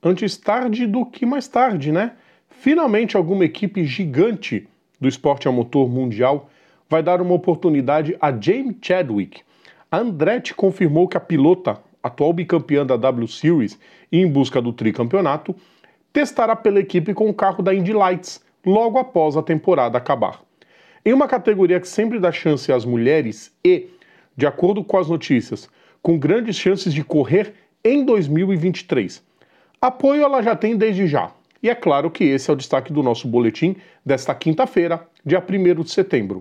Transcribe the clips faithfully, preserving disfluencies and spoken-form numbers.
Antes tarde do que mais tarde, né? Finalmente alguma equipe gigante do esporte a motor mundial vai dar uma oportunidade a Jamie Chadwick. A Andretti confirmou que a pilota, atual bicampeã da W Series e em busca do tricampeonato, testará pela equipe com o carro da Indy Lights logo após a temporada acabar. Em uma categoria que sempre dá chance às mulheres e, de acordo com as notícias, com grandes chances de correr em dois mil e vinte e três. Apoio ela já tem desde já. E é claro que esse é o destaque do nosso boletim desta quinta-feira, dia primeiro de setembro.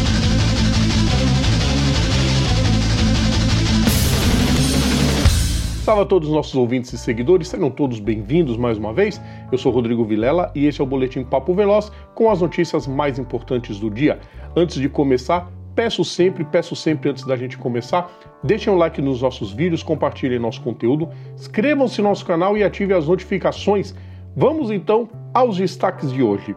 Salve a todos os nossos ouvintes e seguidores, sejam todos bem-vindos mais uma vez. Eu sou Rodrigo Vilela e este é o Boletim Papo Veloz com as notícias mais importantes do dia. Antes de começar, peço sempre, peço sempre antes da gente começar, deixem um like nos nossos vídeos, compartilhem nosso conteúdo, inscrevam-se no nosso canal e ativem as notificações. Vamos então aos destaques de hoje.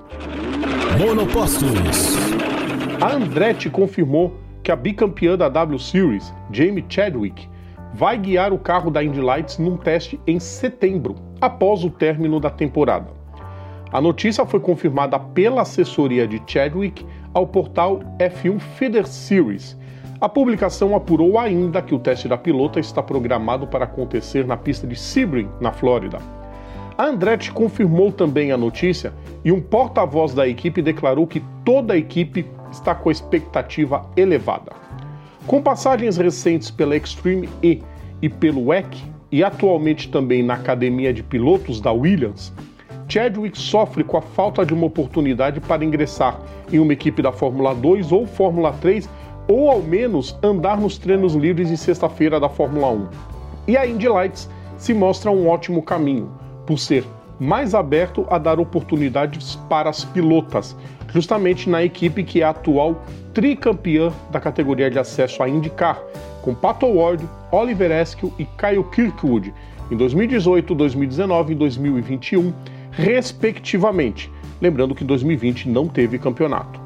Monopostos. A Andretti confirmou que a bicampeã da W Series, Jamie Chadwick, vai guiar o carro da Indy Lights num teste em setembro, após o término da temporada. A notícia foi confirmada pela assessoria de Chadwick ao portal F um Feeder Series. A publicação apurou ainda que o teste da pilota está programado para acontecer na pista de Sebring, na Flórida. A Andretti confirmou também a notícia e um porta-voz da equipe declarou que toda a equipe está com a expectativa elevada. Com passagens recentes pela Extreme E e pelo W E C e atualmente também na academia de pilotos da Williams, Chadwick sofre com a falta de uma oportunidade para ingressar em uma equipe da Fórmula dois ou Fórmula três ou ao menos andar nos treinos livres de sexta-feira da Fórmula um. E a Indy Lights se mostra um ótimo caminho, por ser mais aberto a dar oportunidades para as pilotas, justamente na equipe que é a atual tricampeã da categoria de acesso à IndyCar, com Pato O'Ward, Oliver Askew e Kyle Kirkwood, em dois mil e dezoito, dois mil e dezenove e dois mil e vinte e um, respectivamente. Lembrando que dois mil e vinte não teve campeonato.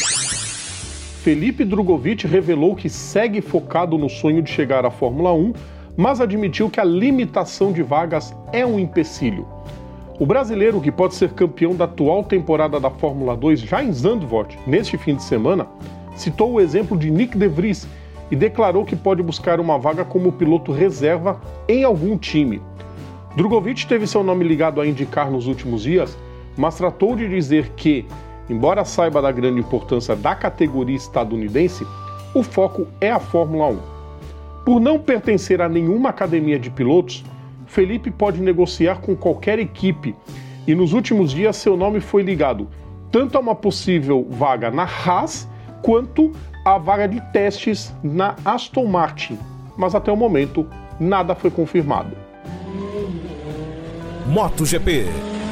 Felipe Drugovich revelou que segue focado no sonho de chegar à Fórmula um, mas admitiu que a limitação de vagas é um empecilho. O brasileiro, que pode ser campeão da atual temporada da Fórmula dois já em Zandvoort, neste fim de semana, citou o exemplo de Nick De Vries e declarou que pode buscar uma vaga como piloto reserva em algum time. Drugovich teve seu nome ligado à IndyCar nos últimos dias, mas tratou de dizer que, embora saiba da grande importância da categoria estadunidense, o foco é a Fórmula um. Por não pertencer a nenhuma academia de pilotos, Felipe pode negociar com qualquer equipe e nos últimos dias seu nome foi ligado tanto a uma possível vaga na Haas quanto a vaga de testes na Aston Martin, mas até o momento nada foi confirmado. MotoGP.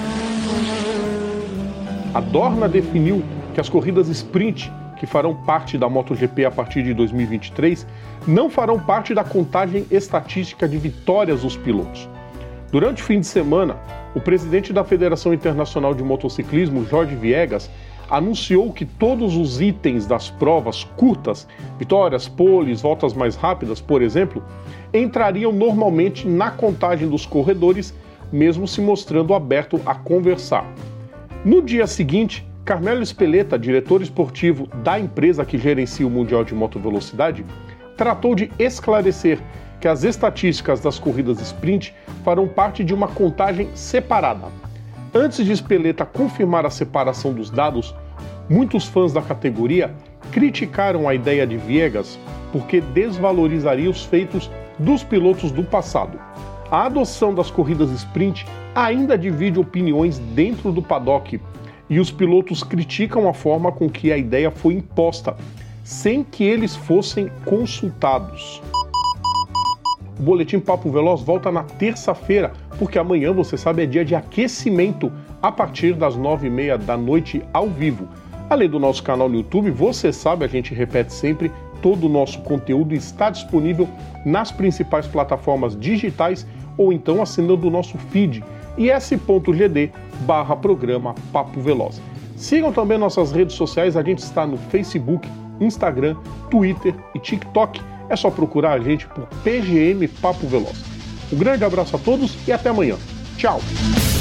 A Dorna definiu que as corridas sprint, que farão parte da MotoGP a partir de dois mil e vinte e três, não farão parte da contagem estatística de vitórias dos pilotos. Durante o fim de semana, o presidente da Federação Internacional de Motociclismo, Jorge Viegas, anunciou que todos os itens das provas curtas, vitórias, poles, voltas mais rápidas, por exemplo, entrariam normalmente na contagem dos corredores, mesmo se mostrando aberto a conversar. No dia seguinte, Carmelo Espeleta, diretor esportivo da empresa que gerencia o Mundial de Motovelocidade, tratou de esclarecer que as estatísticas das corridas sprint farão parte de uma contagem separada. Antes de Espeleta confirmar a separação dos dados, muitos fãs da categoria criticaram a ideia de Viegas porque desvalorizaria os feitos dos pilotos do passado. A adoção das corridas sprint ainda divide opiniões dentro do paddock e os pilotos criticam a forma com que a ideia foi imposta, sem que eles fossem consultados. O Boletim Papo Veloz volta na terça-feira, porque amanhã, você sabe, é dia de aquecimento a partir das nove e meia da noite ao vivo. Além do nosso canal no YouTube, você sabe, a gente repete sempre, todo o nosso conteúdo está disponível nas principais plataformas digitais ou então assinando o nosso feed, is.gd barra programa Papo Veloz. Sigam também nossas redes sociais, a gente está no Facebook, Instagram, Twitter e TikTok. É só procurar a gente por P G M Papo Veloz. Um grande abraço a todos e até amanhã. Tchau!